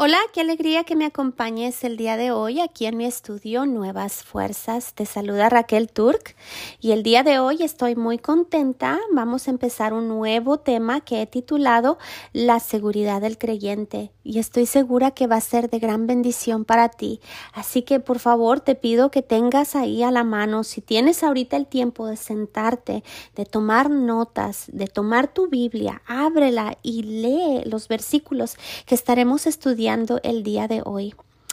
Hola, qué alegría que me acompañes el día de hoy aquí en mi estudio Nuevas Fuerzas. Te saluda Raquel Turk y el día de hoy estoy muy contenta. Vamos a empezar un nuevo tema que he titulado La seguridad del creyente y estoy segura que va a ser de gran bendición para ti. Así que por favor te pido que tengas ahí a la mano, si tienes ahorita el tiempo de sentarte, de tomar notas, de tomar tu Biblia, ábrela y lee los versículos que estaremos estudiando el día de hoy.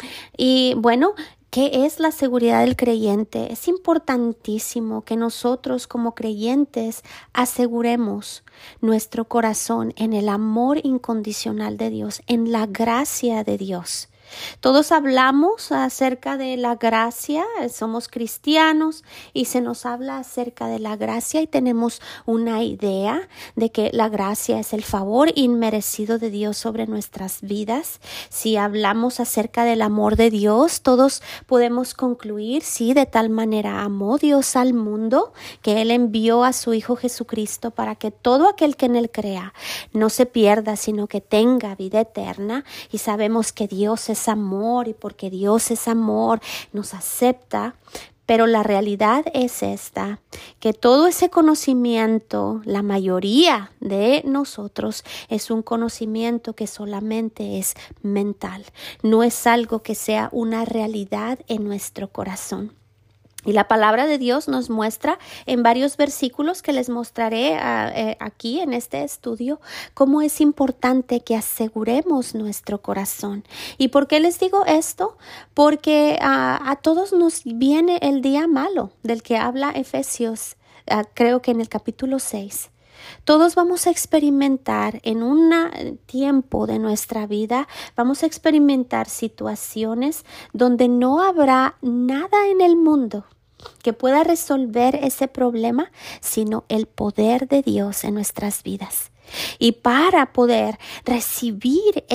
Y bueno, ¿qué es la seguridad del creyente? Es importantísimo que nosotros como creyentes aseguremos nuestro corazón en el amor incondicional de Dios, en la gracia de Dios. Todos hablamos acerca de la gracia, somos cristianos y se nos habla acerca de la gracia y tenemos una idea de que la gracia es el favor inmerecido de Dios sobre nuestras vidas. Si hablamos acerca del amor de Dios, todos podemos concluir, sí, de tal manera amó Dios al mundo que Él envió a su Hijo Jesucristo para que todo aquel que en Él crea no se pierda, sino que tenga vida eterna. Y sabemos que Dios es amor y porque Dios es amor nos acepta, pero la realidad es esta, que todo ese conocimiento, la mayoría de nosotros es un conocimiento que solamente es mental, no es algo que sea una realidad en nuestro corazón. Y la palabra de Dios nos muestra en varios versículos que les mostraré aquí en este estudio cómo es importante que aseguremos nuestro corazón. ¿Y por qué les digo esto? Porque a todos nos viene el día malo del que habla Efesios, creo que en el capítulo 6. Todos vamos a experimentar en un tiempo de nuestra vida, vamos a experimentar situaciones donde no habrá nada en el mundo que pueda resolver ese problema, sino el poder de Dios en nuestras vidas. Y para poder recibir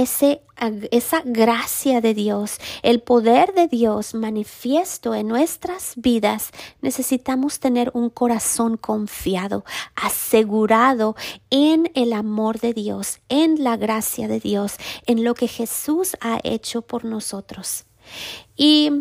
esa gracia de Dios, el poder de Dios manifiesto en nuestras vidas, necesitamos tener un corazón confiado, asegurado en el amor de Dios, en la gracia de Dios, en lo que Jesús ha hecho por nosotros. Y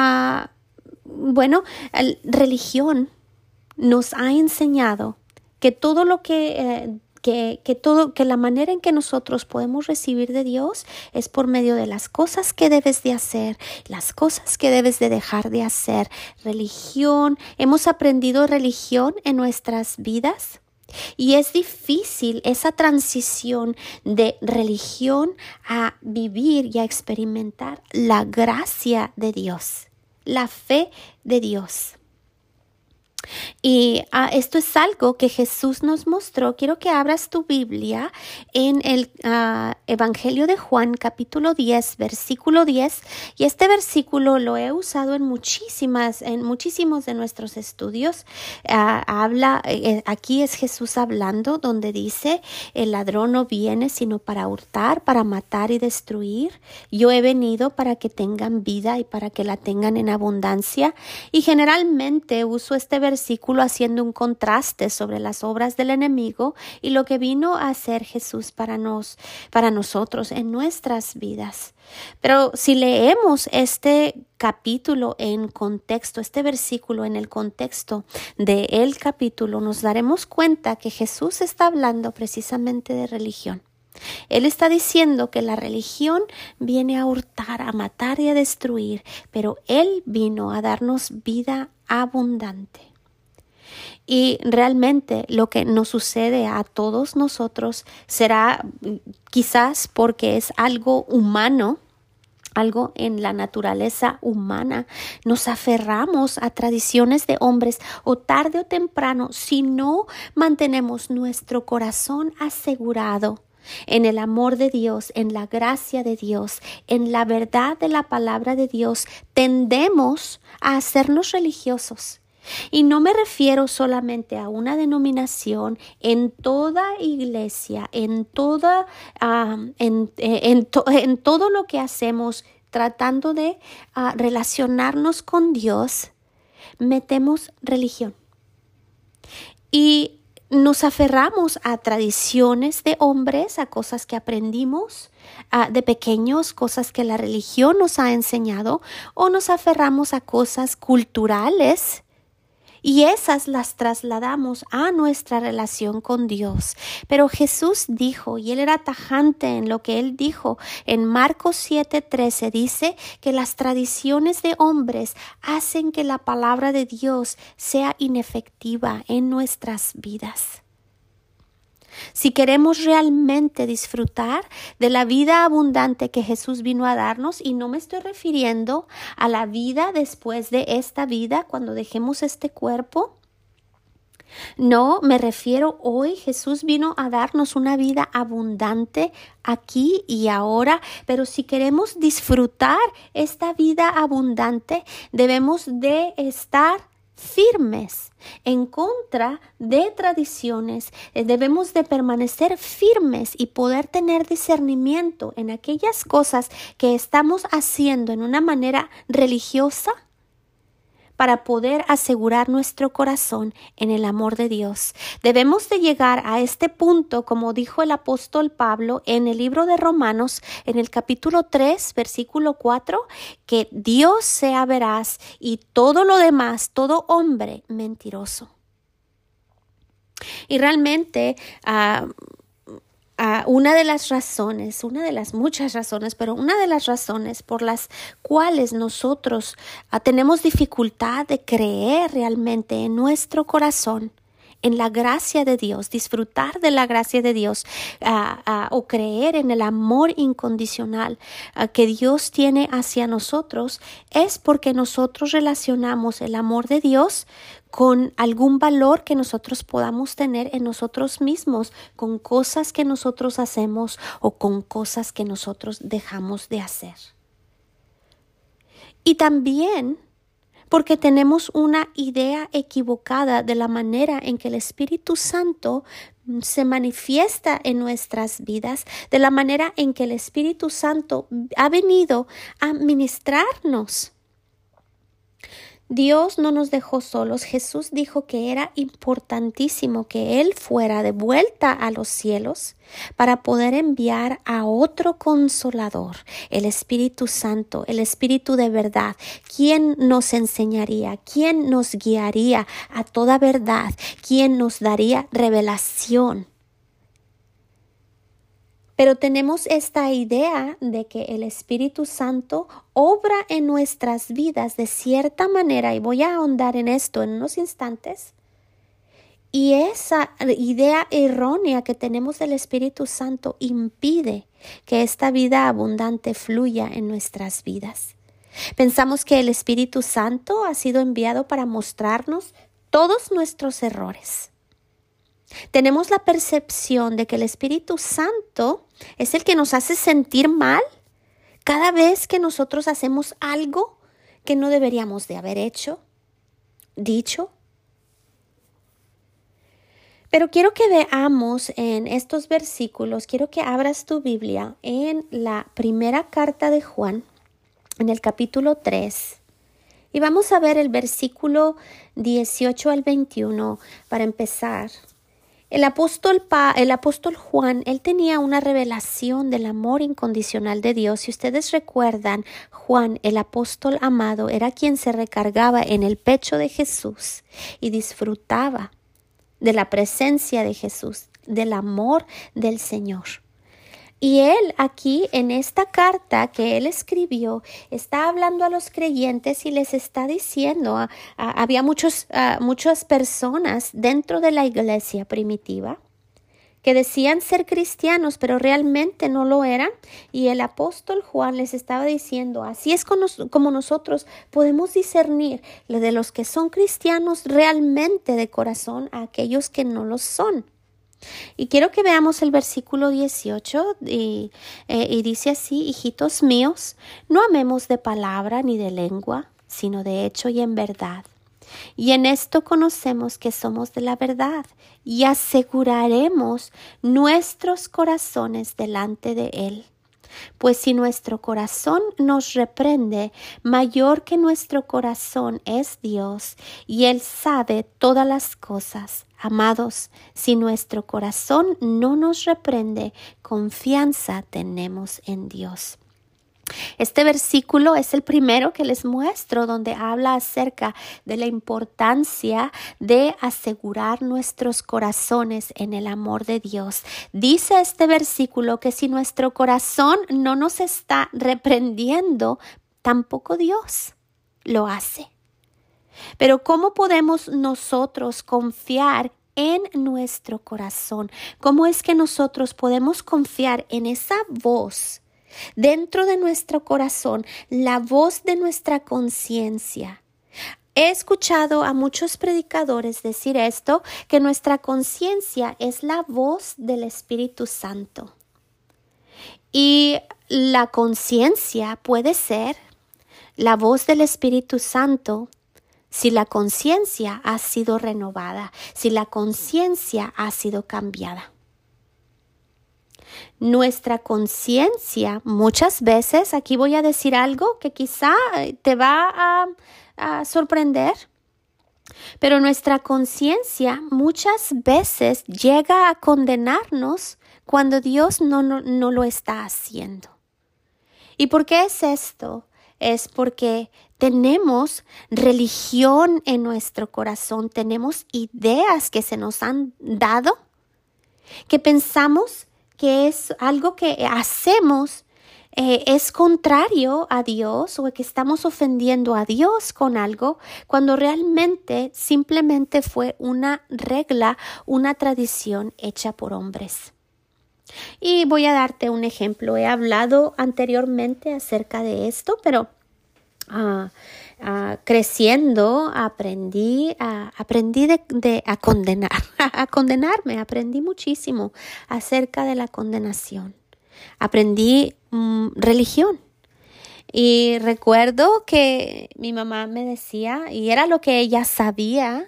bueno, religión nos ha enseñado que todo lo que la manera en que nosotros podemos recibir de Dios es por medio de las cosas que debes de hacer, las cosas que debes de dejar de hacer. Religión, hemos aprendido religión en nuestras vidas y es difícil esa transición de religión a vivir y a experimentar la gracia de Dios, la fe de Dios. Y esto es algo que Jesús nos mostró. Quiero que abras tu Biblia en el Evangelio de Juan, capítulo 10, versículo 10. Y este versículo lo he usado en muchísimos de nuestros estudios. Aquí es Jesús hablando, donde dice, el ladrón no viene sino para hurtar, para matar y destruir. Yo he venido para que tengan vida y para que la tengan en abundancia. Y generalmente uso este versículo haciendo un contraste sobre las obras del enemigo y lo que vino a hacer Jesús para nosotros en nuestras vidas. Pero si leemos este capítulo en contexto, este versículo en el contexto del capítulo, nos daremos cuenta que Jesús está hablando precisamente de religión. Él está diciendo que la religión viene a hurtar, a matar y a destruir, pero Él vino a darnos vida abundante. Y realmente lo que nos sucede a todos nosotros será quizás porque es algo humano, algo en la naturaleza humana. Nos aferramos a tradiciones de hombres o tarde o temprano, si no mantenemos nuestro corazón asegurado en el amor de Dios, en la gracia de Dios, en la verdad de la palabra de Dios, tendemos a hacernos religiosos. Y no me refiero solamente a una denominación, en toda iglesia, en todo lo que hacemos tratando de relacionarnos con Dios, metemos religión. Y nos aferramos a tradiciones de hombres, a cosas que aprendimos de pequeños, cosas que la religión nos ha enseñado, o nos aferramos a cosas culturales y esas las trasladamos a nuestra relación con Dios. Pero Jesús dijo, y Él era tajante en lo que Él dijo, en Marcos 7:13 dice que las tradiciones de hombres hacen que la palabra de Dios sea inefectiva en nuestras vidas. Si queremos realmente disfrutar de la vida abundante que Jesús vino a darnos, y no me estoy refiriendo a la vida después de esta vida, cuando dejemos este cuerpo, no, me refiero hoy, Jesús vino a darnos una vida abundante aquí y ahora, pero si queremos disfrutar esta vida abundante, debemos de estar firmes en contra de tradiciones. Debemos de permanecer firmes y poder tener discernimiento en aquellas cosas que estamos haciendo en una manera religiosa, para poder asegurar nuestro corazón en el amor de Dios. Debemos de llegar a este punto, como dijo el apóstol Pablo en el libro de Romanos, en el capítulo 3, versículo 4, que Dios sea veraz y todo lo demás, todo hombre mentiroso. Y realmente, una de las muchas razones, pero una de las razones por las cuales nosotros tenemos dificultad de creer realmente en nuestro corazón, en la gracia de Dios, disfrutar de la gracia de Dios, o creer en el amor incondicional que Dios tiene hacia nosotros, es porque nosotros relacionamos el amor de Dios con algún valor que nosotros podamos tener en nosotros mismos, con cosas que nosotros hacemos o con cosas que nosotros dejamos de hacer. Y también porque tenemos una idea equivocada de la manera en que el Espíritu Santo se manifiesta en nuestras vidas, de la manera en que el Espíritu Santo ha venido a ministrarnos. Dios no nos dejó solos. Jesús dijo que era importantísimo que Él fuera de vuelta a los cielos para poder enviar a otro consolador, el Espíritu Santo, el Espíritu de verdad, quien nos enseñaría, quien nos guiaría a toda verdad, quien nos daría revelación. Pero tenemos esta idea de que el Espíritu Santo obra en nuestras vidas de cierta manera, y voy a ahondar en esto en unos instantes. Y esa idea errónea que tenemos del Espíritu Santo impide que esta vida abundante fluya en nuestras vidas. Pensamos que el Espíritu Santo ha sido enviado para mostrarnos todos nuestros errores. Tenemos la percepción de que el Espíritu Santo es el que nos hace sentir mal cada vez que nosotros hacemos algo que no deberíamos de haber hecho, dicho. Pero quiero que veamos en estos versículos, quiero que abras tu Biblia en la primera carta de Juan, en el capítulo 3. Y vamos a ver el versículo 18 al 21 para empezar. El apóstol Juan, él tenía una revelación del amor incondicional de Dios. Si ustedes recuerdan, Juan, el apóstol amado, era quien se recargaba en el pecho de Jesús y disfrutaba de la presencia de Jesús, del amor del Señor. Y él aquí en esta carta que él escribió está hablando a los creyentes y les está diciendo, había muchas personas dentro de la iglesia primitiva que decían ser cristianos, pero realmente no lo eran. Y el apóstol Juan les estaba diciendo, así es como nosotros podemos discernir de los que son cristianos realmente de corazón a aquellos que no lo son. Y quiero que veamos el versículo 18 y dice así: hijitos míos, no amemos de palabra ni de lengua, sino de hecho y en verdad. Y en esto conocemos que somos de la verdad y aseguraremos nuestros corazones delante de Él. Pues si nuestro corazón nos reprende, mayor que nuestro corazón es Dios, y Él sabe todas las cosas. Amados, si nuestro corazón no nos reprende, confianza tenemos en Dios. Este versículo es el primero que les muestro, donde habla acerca de la importancia de asegurar nuestros corazones en el amor de Dios. Dice este versículo que si nuestro corazón no nos está reprendiendo, tampoco Dios lo hace. Pero ¿cómo podemos nosotros confiar en nuestro corazón? ¿Cómo es que nosotros podemos confiar en esa voz dentro de nuestro corazón, la voz de nuestra conciencia? He escuchado a muchos predicadores decir esto, que nuestra conciencia es la voz del Espíritu Santo. Y la conciencia puede ser la voz del Espíritu Santo si la conciencia ha sido renovada, si la conciencia ha sido cambiada. Nuestra conciencia, muchas veces, aquí voy a decir algo que quizá te va a sorprender, pero nuestra conciencia muchas veces llega a condenarnos cuando Dios no lo está haciendo. ¿Y por qué es esto? Es porque tenemos religión en nuestro corazón, tenemos ideas que se nos han dado, que pensamos que es algo que hacemos es contrario a Dios o que estamos ofendiendo a Dios con algo, cuando realmente simplemente fue una regla, una tradición hecha por hombres. Y voy a darte un ejemplo. He hablado anteriormente acerca de esto, pero creciendo aprendí a condenar, a condenarme. Aprendí muchísimo acerca de la condenación. Aprendí religión. Y recuerdo que mi mamá me decía, y era lo que ella sabía,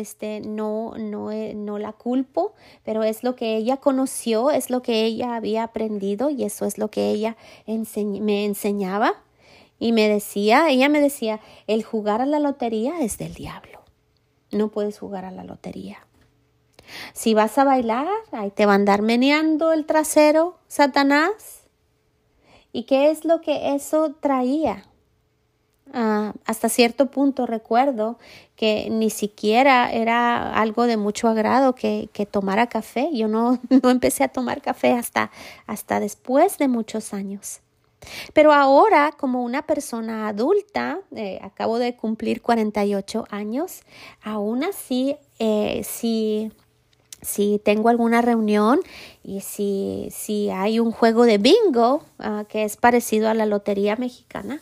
no la culpo, pero es lo que ella conoció, es lo que ella había aprendido y eso es lo que ella me enseñaba. Y ella me decía, el jugar a la lotería es del diablo. No puedes jugar a la lotería. Si vas a bailar, ahí te va a andar meneando el trasero, Satanás. ¿Y qué es lo que eso traía? Hasta cierto punto recuerdo que ni siquiera era algo de mucho agrado que tomara café. Yo no empecé a tomar café hasta después de muchos años. Pero ahora, como una persona adulta, acabo de cumplir 48 años, aún así, si tengo alguna reunión y si hay un juego de bingo que es parecido a la lotería mexicana,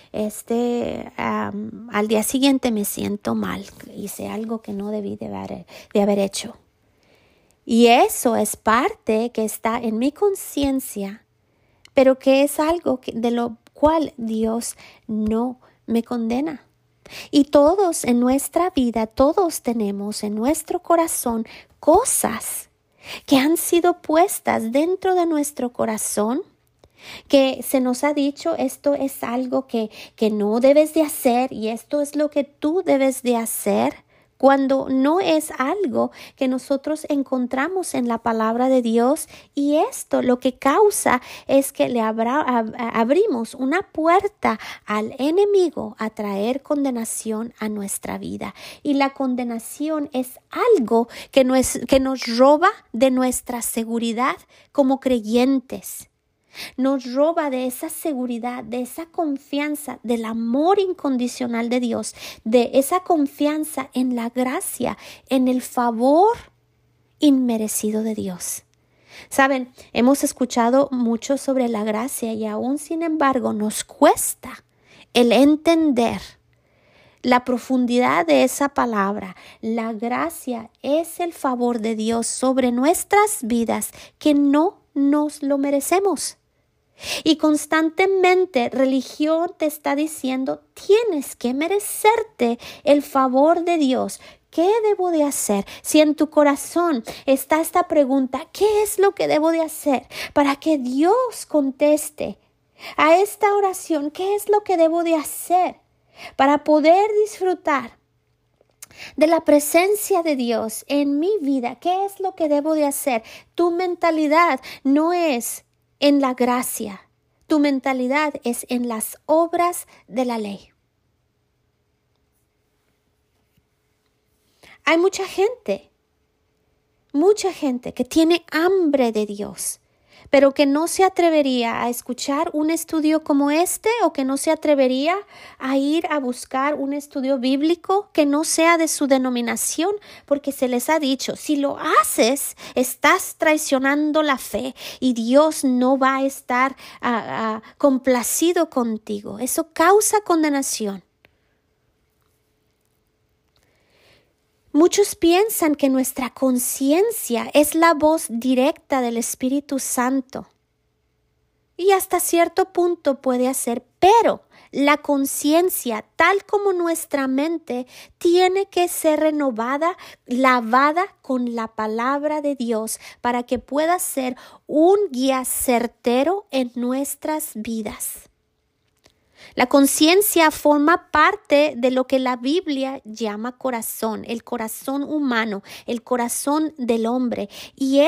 al día siguiente me siento mal. Hice algo que no debí de haber hecho. Y eso es parte que está en mi conciencia, pero que es algo de lo cual Dios no me condena. Y todos en nuestra vida, todos tenemos en nuestro corazón cosas que han sido puestas dentro de nuestro corazón, que se nos ha dicho esto es algo que no debes de hacer y esto es lo que tú debes de hacer, cuando no es algo que nosotros encontramos en la palabra de Dios. Y esto lo que causa es que le abrimos una puerta al enemigo a traer condenación a nuestra vida. Y la condenación es algo que nos roba de nuestra seguridad como creyentes. Nos roba de esa seguridad, de esa confianza, del amor incondicional de Dios, de esa confianza en la gracia, en el favor inmerecido de Dios. Saben, hemos escuchado mucho sobre la gracia y aún sin embargo nos cuesta el entender la profundidad de esa palabra. La gracia es el favor de Dios sobre nuestras vidas que no nos lo merecemos. Y constantemente religión te está diciendo, tienes que merecerte el favor de Dios. ¿qué debo de hacer? Si en tu corazón está esta pregunta, ¿qué es lo que debo de hacer para que Dios conteste a esta oración? ¿Qué es lo que debo de hacer para poder disfrutar de la presencia de Dios en mi vida? ¿Qué es lo que debo de hacer? Tu mentalidad no es en la gracia. Tu mentalidad es en las obras de la ley. Hay mucha gente que tiene hambre de Dios, pero que no se atrevería a escuchar un estudio como este, o que no se atrevería a ir a buscar un estudio bíblico que no sea de su denominación, porque se les ha dicho, si lo haces, estás traicionando la fe y Dios no va a estar complacido contigo. Eso causa condenación. Muchos piensan que nuestra conciencia es la voz directa del Espíritu Santo. Y hasta cierto punto puede ser, pero la conciencia, tal como nuestra mente, tiene que ser renovada, lavada con la palabra de Dios para que pueda ser un guía certero en nuestras vidas. La conciencia forma parte de lo que la Biblia llama corazón, el corazón humano, el corazón del hombre. Y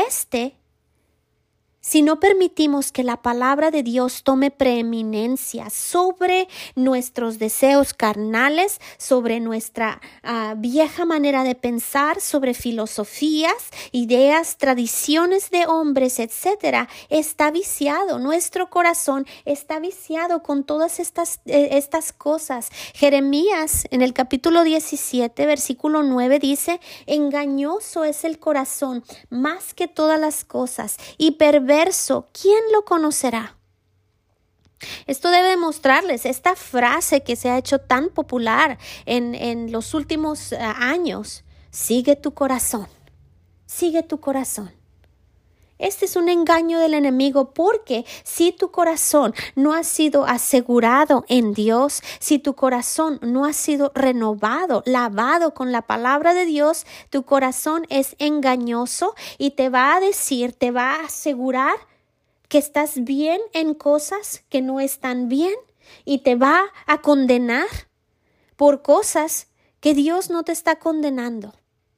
si no permitimos que la palabra de Dios tome preeminencia sobre nuestros deseos carnales, sobre nuestra vieja manera de pensar, sobre filosofías, ideas, tradiciones de hombres, etc., está viciado. Nuestro corazón está viciado con todas estas cosas. Jeremías, en el capítulo 17, versículo 9, dice: engañoso es el corazón más que todas las cosas y perverso, ¿quién lo conocerá? Esto debe demostrarles esta frase que se ha hecho tan popular en los últimos años: sigue tu corazón, sigue tu corazón. Este es un engaño del enemigo, porque si tu corazón no ha sido asegurado en Dios, si tu corazón no ha sido renovado, lavado con la palabra de Dios, tu corazón es engañoso y te va a decir, te va a asegurar que estás bien en cosas que no están bien, y te va a condenar por cosas que Dios no te está condenando.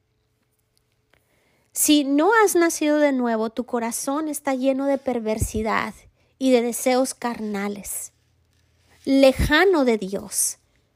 Si no has nacido de nuevo, tu corazón está lleno de perversidad y de deseos carnales, lejano de Dios.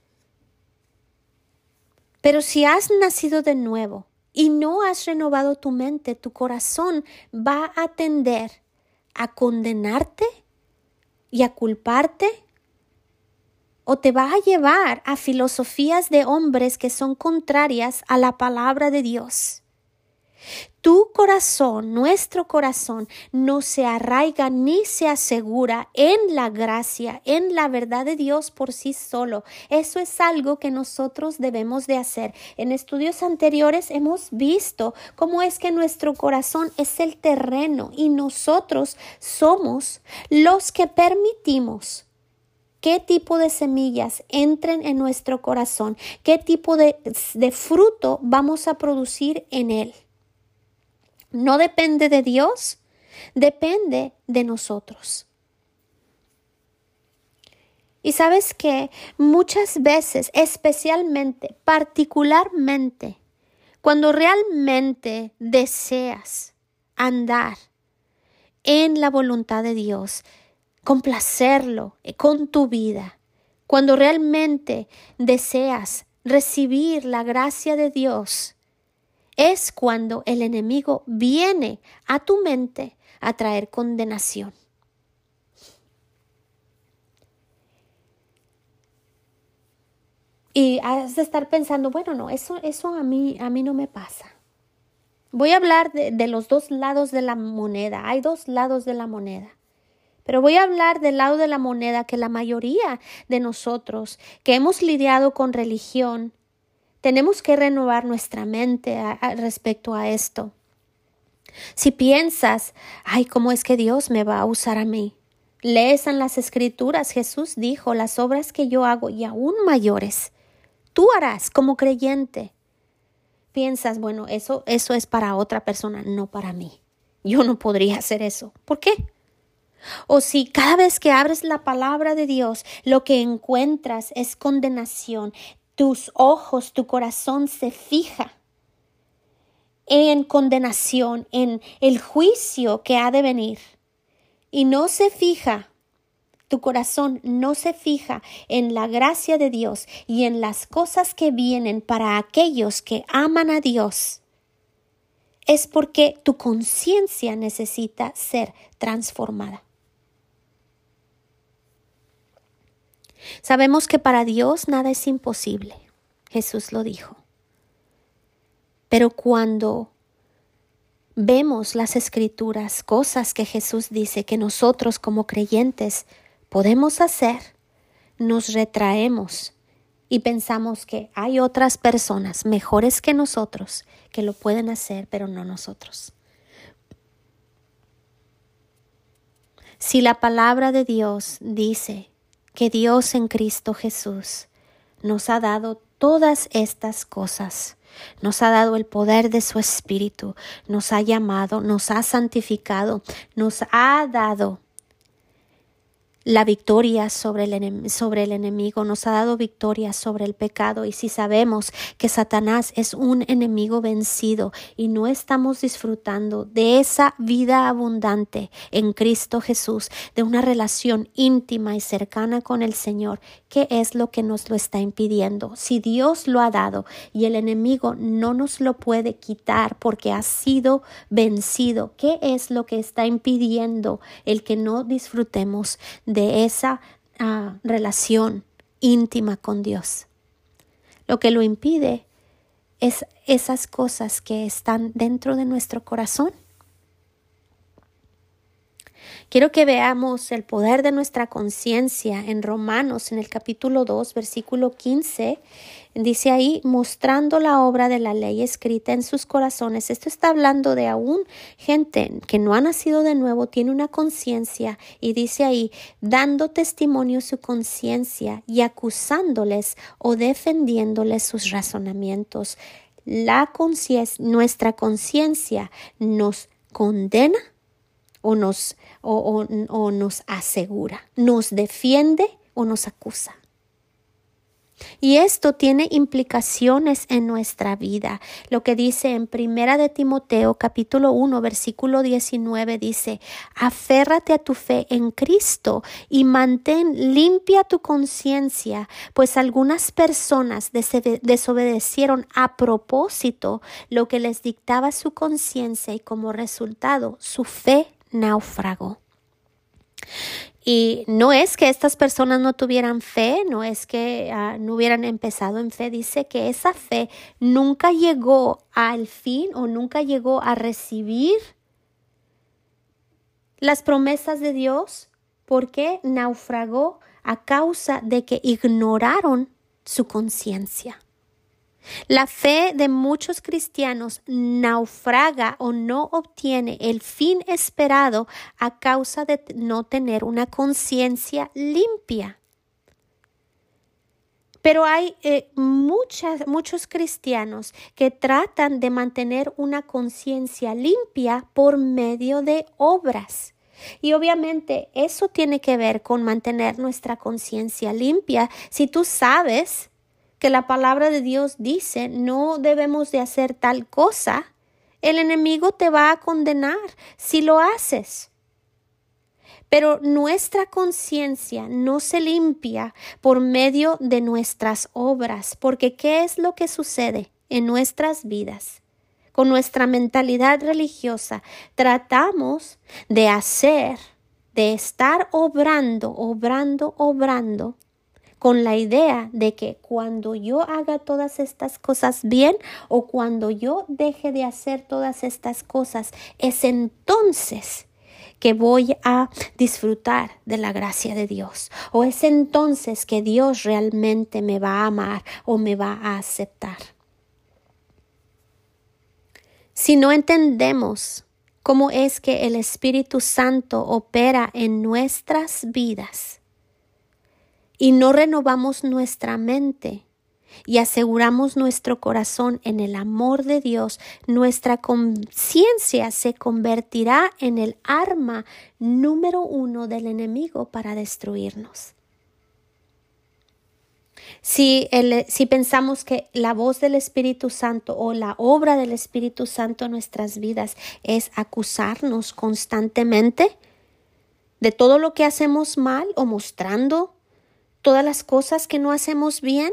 Pero si has nacido de nuevo y no has renovado tu mente, tu corazón va a tender a condenarte y a culparte, o te va a llevar a filosofías de hombres que son contrarias a la palabra de Dios. Tu corazón, nuestro corazón, no se arraiga ni se asegura en la gracia, en la verdad de Dios por sí solo. Eso es algo que nosotros debemos de hacer. En estudios anteriores hemos visto cómo es que nuestro corazón es el terreno y nosotros somos los que permitimos qué tipo de semillas entren en nuestro corazón, qué tipo de fruto vamos a producir en él. No depende de Dios, depende de nosotros. Y sabes que muchas veces, especialmente, particularmente, cuando realmente deseas andar en la voluntad de Dios, complacerlo con tu vida, cuando realmente deseas recibir la gracia de Dios, es cuando el enemigo viene a tu mente a traer condenación. Y has de estar pensando, bueno, no, eso a mí no me pasa. Voy a hablar de los dos lados de la moneda. Hay dos lados de la moneda. Pero voy a hablar del lado de la moneda que la mayoría de nosotros que hemos lidiado con religión, tenemos que renovar nuestra mente respecto a esto. Si piensas, ¿cómo es que Dios me va a usar a mí? Lees en las Escrituras, Jesús dijo, las obras que yo hago y aún mayores, tú harás como creyente. piensas, bueno, eso es para otra persona, no para mí. Yo no podría hacer eso. ¿Por qué? O si cada vez que abres la palabra de Dios, lo que encuentras es condenación, tus ojos, tu corazón se fija en condenación, en el juicio que ha de venir. Y no se fija, tu corazón no se fija en la gracia de Dios y en las cosas que vienen para aquellos que aman a Dios. Es porque tu conciencia necesita ser transformada. Sabemos que para Dios nada es imposible. Jesús lo dijo. Pero cuando vemos las Escrituras, cosas que Jesús dice que nosotros como creyentes podemos hacer, nos retraemos y pensamos que hay otras personas mejores que nosotros que lo pueden hacer, pero no nosotros. Si la palabra de Dios dice que Dios en Cristo Jesús nos ha dado todas estas cosas, nos ha dado el poder de su Espíritu, nos ha llamado, nos ha santificado, nos ha dado la victoria sobre el enemigo, nos ha dado victoria sobre el pecado. Y si sabemos que Satanás es un enemigo vencido y no estamos disfrutando de esa vida abundante en Cristo Jesús, de una relación íntima y cercana con el Señor, ¿qué es lo que nos lo está impidiendo? Si Dios lo ha dado y el enemigo no nos lo puede quitar porque ha sido vencido, ¿qué es lo que está impidiendo el que no disfrutemos de esa relación íntima con Dios? Lo que lo impide es esas cosas que están dentro de nuestro corazón. Quiero que veamos el poder de nuestra conciencia en Romanos, en el capítulo 2, versículo 15. Dice ahí, mostrando la obra de la ley escrita en sus corazones. Esto está hablando de aún gente que no ha nacido de nuevo, tiene una conciencia, y dice ahí, dando testimonio su conciencia y acusándoles o defendiéndoles sus razonamientos. Nuestra conciencia nos condena o nos asegura, nos defiende o nos acusa. Y esto tiene implicaciones en nuestra vida. Lo que dice en Primera de Timoteo, capítulo 1, versículo 19, dice, aférrate a tu fe en Cristo y mantén limpia tu conciencia, pues algunas personas desobedecieron a propósito lo que les dictaba su conciencia y como resultado su fe naufragó. Y no es que estas personas no tuvieran fe, no es que no hubieran empezado en fe. Dice que esa fe nunca llegó al fin o nunca llegó a recibir las promesas de Dios porque naufragó a causa de que ignoraron su conciencia. La fe de muchos cristianos naufraga o no obtiene el fin esperado a causa de no tener una conciencia limpia. Pero hay muchos cristianos que tratan de mantener una conciencia limpia por medio de obras. Y obviamente eso tiene que ver con mantener nuestra conciencia limpia. Si tú sabes que la palabra de Dios dice no debemos de hacer tal cosa, el enemigo te va a condenar si lo haces. Pero nuestra conciencia no se limpia por medio de nuestras obras, porque ¿qué es lo que sucede en nuestras vidas? Con nuestra mentalidad religiosa tratamos de estar obrando con la idea de que cuando yo haga todas estas cosas bien o cuando yo deje de hacer todas estas cosas, es entonces que voy a disfrutar de la gracia de Dios, o es entonces que Dios realmente me va a amar o me va a aceptar. Si no entendemos cómo es que el Espíritu Santo opera en nuestras vidas y no renovamos nuestra mente, y aseguramos nuestro corazón en el amor de Dios, nuestra conciencia se convertirá en el arma número 1 del enemigo para destruirnos. Si pensamos que la voz del Espíritu Santo o la obra del Espíritu Santo en nuestras vidas es acusarnos constantemente de todo lo que hacemos mal o mostrando todas las cosas que no hacemos bien,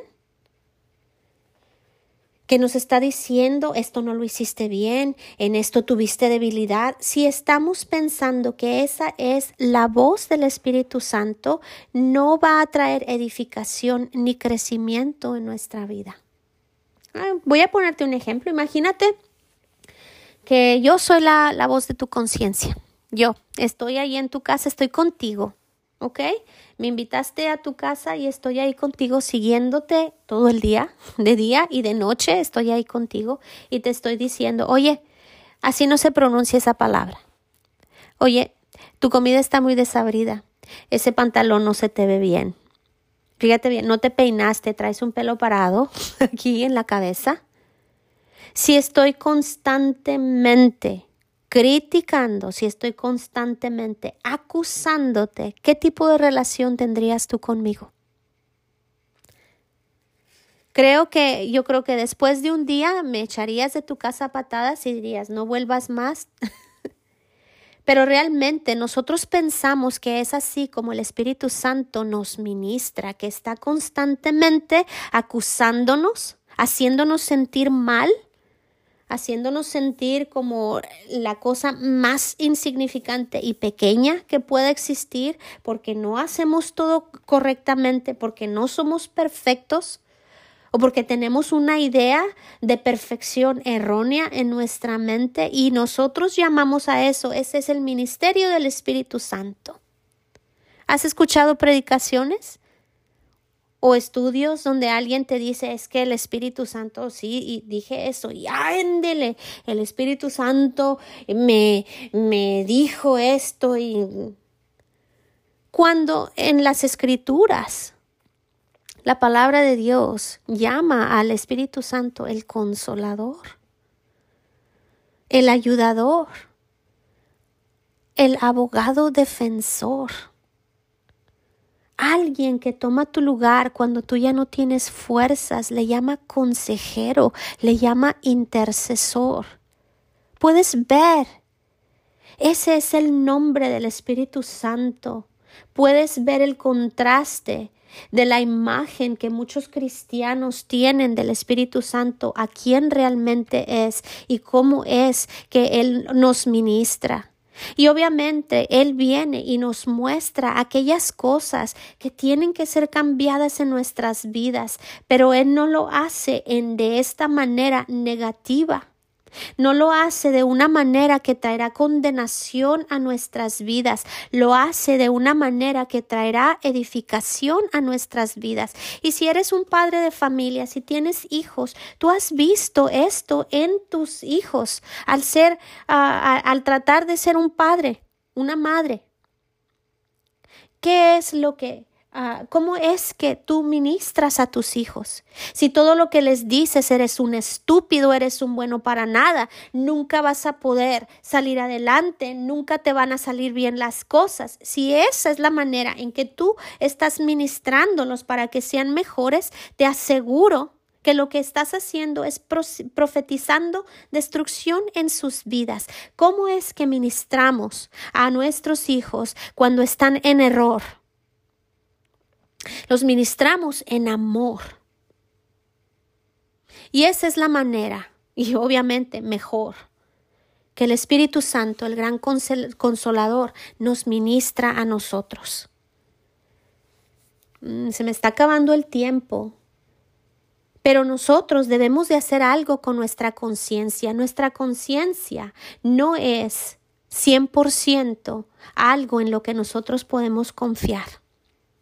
que nos está diciendo esto no lo hiciste bien, en esto tuviste debilidad. Si estamos pensando que esa es la voz del Espíritu Santo, no va a traer edificación ni crecimiento en nuestra vida. Voy a ponerte un ejemplo. Imagínate que yo soy la voz de tu conciencia. Yo estoy ahí en tu casa, estoy contigo. ¿Ok? Me invitaste a tu casa y estoy ahí contigo siguiéndote todo el día, de día y de noche estoy ahí contigo y te estoy diciendo, oye, así no se pronuncia esa palabra. Oye, tu comida está muy desabrida, ese pantalón no se te ve bien. Fíjate bien, no te peinaste, traes un pelo parado aquí en la cabeza. Si estoy constantemente criticando, si estoy constantemente acusándote, ¿qué tipo de relación tendrías tú conmigo? Yo creo que después de un día me echarías de tu casa a patadas y dirías, no vuelvas más. Pero realmente nosotros pensamos que es así como el Espíritu Santo nos ministra, que está constantemente acusándonos, haciéndonos sentir mal, haciéndonos sentir como la cosa más insignificante y pequeña que pueda existir porque no hacemos todo correctamente, porque no somos perfectos o porque tenemos una idea de perfección errónea en nuestra mente y nosotros llamamos a eso, ese es el ministerio del Espíritu Santo. ¿Has escuchado predicaciones o estudios donde alguien te dice es que el Espíritu Santo, sí, y dije eso, y ándele, el Espíritu Santo me dijo esto? Y cuando en las Escrituras la palabra de Dios llama al Espíritu Santo el Consolador, el Ayudador, el Abogado Defensor, alguien que toma tu lugar cuando tú ya no tienes fuerzas, le llama consejero, le llama intercesor. Puedes ver, ese es el nombre del Espíritu Santo. Puedes ver el contraste de la imagen que muchos cristianos tienen del Espíritu Santo, a quién realmente es y cómo es que Él nos ministra. Y obviamente Él viene y nos muestra aquellas cosas que tienen que ser cambiadas en nuestras vidas, pero Él no lo hace de esta manera negativa. No lo hace de una manera que traerá condenación a nuestras vidas, lo hace de una manera que traerá edificación a nuestras vidas. Y si eres un padre de familia, si tienes hijos, tú has visto esto en tus hijos al tratar de ser un padre, una madre. ¿Qué es lo que ¿Cómo es que tú ministras a tus hijos? Si todo lo que les dices eres un estúpido, eres un bueno para nada, nunca vas a poder salir adelante, nunca te van a salir bien las cosas. Si esa es la manera en que tú estás ministrándolos para que sean mejores, te aseguro que lo que estás haciendo es profetizando destrucción en sus vidas. ¿Cómo es que ministramos a nuestros hijos cuando están en error? Los ministramos en amor. Y esa es la manera, y obviamente mejor, que el Espíritu Santo, el gran consolador, nos ministra a nosotros. Se me está acabando el tiempo, pero nosotros debemos de hacer algo con nuestra conciencia. Nuestra conciencia no es 100% algo en lo que nosotros podemos confiar.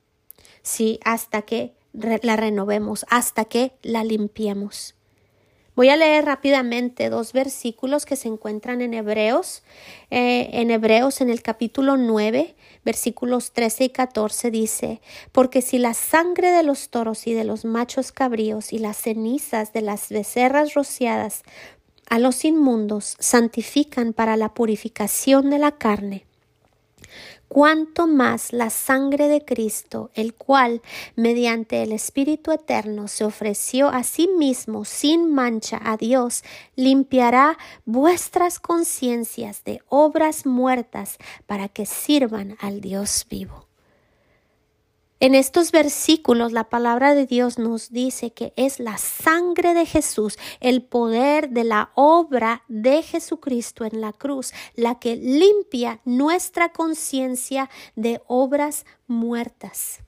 Sí, hasta que la renovemos, hasta que la limpiemos. Voy a leer rápidamente 2 versículos que se encuentran en Hebreos. En el capítulo 9, versículos 13 y 14 dice: porque si la sangre de los toros y de los machos cabríos y las cenizas de las becerras rociadas a los inmundos santifican para la purificación de la carne, cuánto más la sangre de Cristo, el cual, mediante el Espíritu Eterno, se ofreció a sí mismo sin mancha a Dios, limpiará vuestras conciencias de obras muertas para que sirvan al Dios vivo. En estos versículos la palabra de Dios nos dice que es la sangre de Jesús, el poder de la obra de Jesucristo en la cruz, la que limpia nuestra conciencia de obras muertas.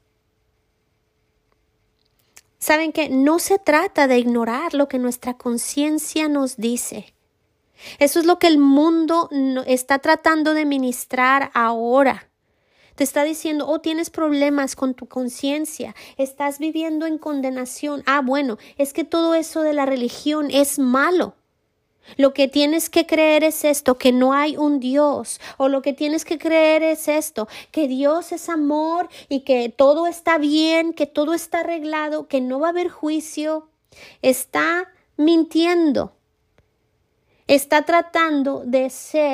Saben que no se trata de ignorar lo que nuestra conciencia nos dice. Eso es lo que el mundo está tratando de ministrar ahora. Te está diciendo, oh, tienes problemas con tu conciencia, estás viviendo en condenación. Bueno, es que todo eso de la religión es malo. Lo que tienes que creer es esto, que no hay un Dios. O lo que tienes que creer es esto, que Dios es amor y que todo está bien, que todo está arreglado, que no va a haber juicio. Está mintiendo. Está tratando de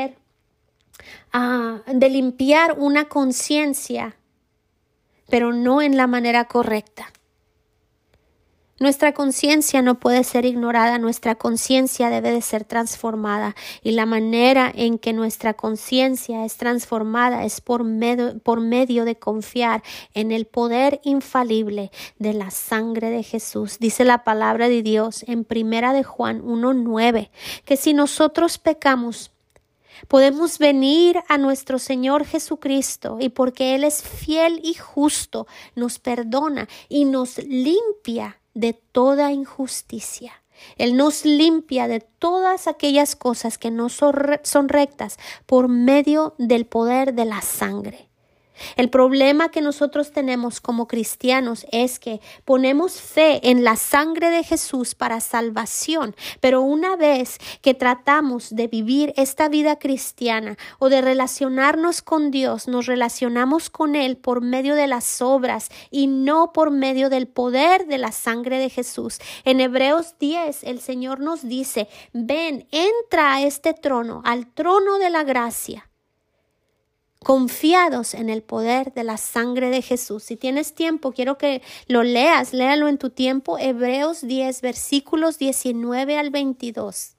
de limpiar una conciencia, pero no en la manera correcta. Nuestra conciencia no puede ser ignorada, nuestra conciencia debe de ser transformada, y la manera en que nuestra conciencia es transformada es por medio de confiar en el poder infalible de la sangre de Jesús. Dice la palabra de Dios en 1 de Juan 1:9 que si nosotros pecamos, podemos venir a nuestro Señor Jesucristo y porque Él es fiel y justo, nos perdona y nos limpia de toda injusticia. Él nos limpia de todas aquellas cosas que no son rectas por medio del poder de la sangre. El problema que nosotros tenemos como cristianos es que ponemos fe en la sangre de Jesús para salvación, pero una vez que tratamos de vivir esta vida cristiana o de relacionarnos con Dios, nos relacionamos con Él por medio de las obras y no por medio del poder de la sangre de Jesús. En Hebreos 10 el Señor nos dice: ven, entra a este trono, al trono de la gracia, confiados en el poder de la sangre de Jesús. Si tienes tiempo, quiero que lo leas, léalo en tu tiempo, Hebreos 10, versículos 19 al 22.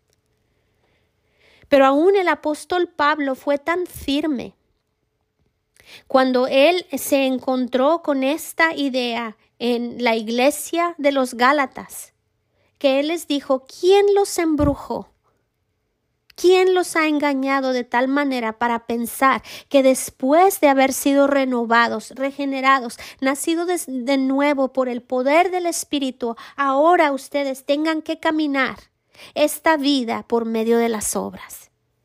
Pero aún el apóstol Pablo fue tan firme cuando él se encontró con esta idea en la iglesia de los Gálatas, que él les dijo: ¿quién los embrujó? ¿Quién los ha engañado de tal manera para pensar que después de haber sido renovados, regenerados, nacidos de nuevo por el poder del Espíritu, ahora ustedes tengan que caminar esta vida por medio de las obras?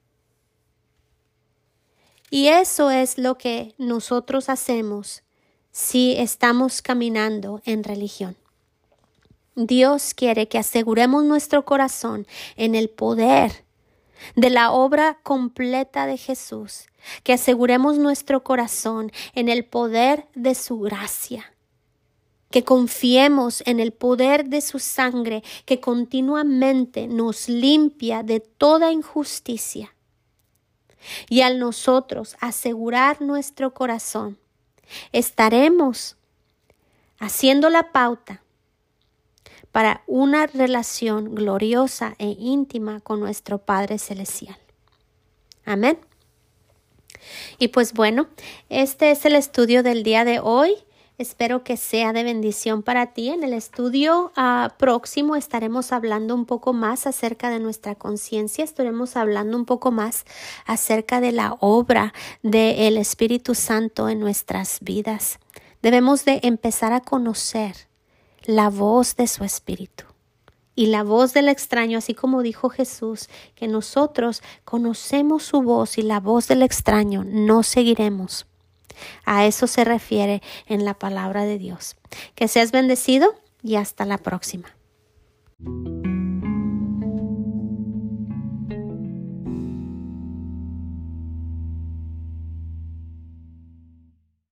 Y eso es lo que nosotros hacemos si estamos caminando en religión. Dios quiere que aseguremos nuestro corazón en el poder de la obra completa de Jesús, que aseguremos nuestro corazón en el poder de su gracia, que confiemos en el poder de su sangre que continuamente nos limpia de toda injusticia. Y al nosotros asegurar nuestro corazón, estaremos haciendo la pauta para una relación gloriosa e íntima con nuestro Padre Celestial. Amén. Y pues bueno, este es el estudio del día de hoy. Espero que sea de bendición para ti. En el estudio próximo estaremos hablando un poco más acerca de nuestra conciencia. Estaremos hablando un poco más acerca de la obra del Espíritu Santo en nuestras vidas. Debemos de empezar a conocer la voz de su Espíritu y la voz del extraño, así como dijo Jesús, que nosotros conocemos su voz y la voz del extraño no seguiremos. A eso se refiere en la palabra de Dios. Que seas bendecido y hasta la próxima.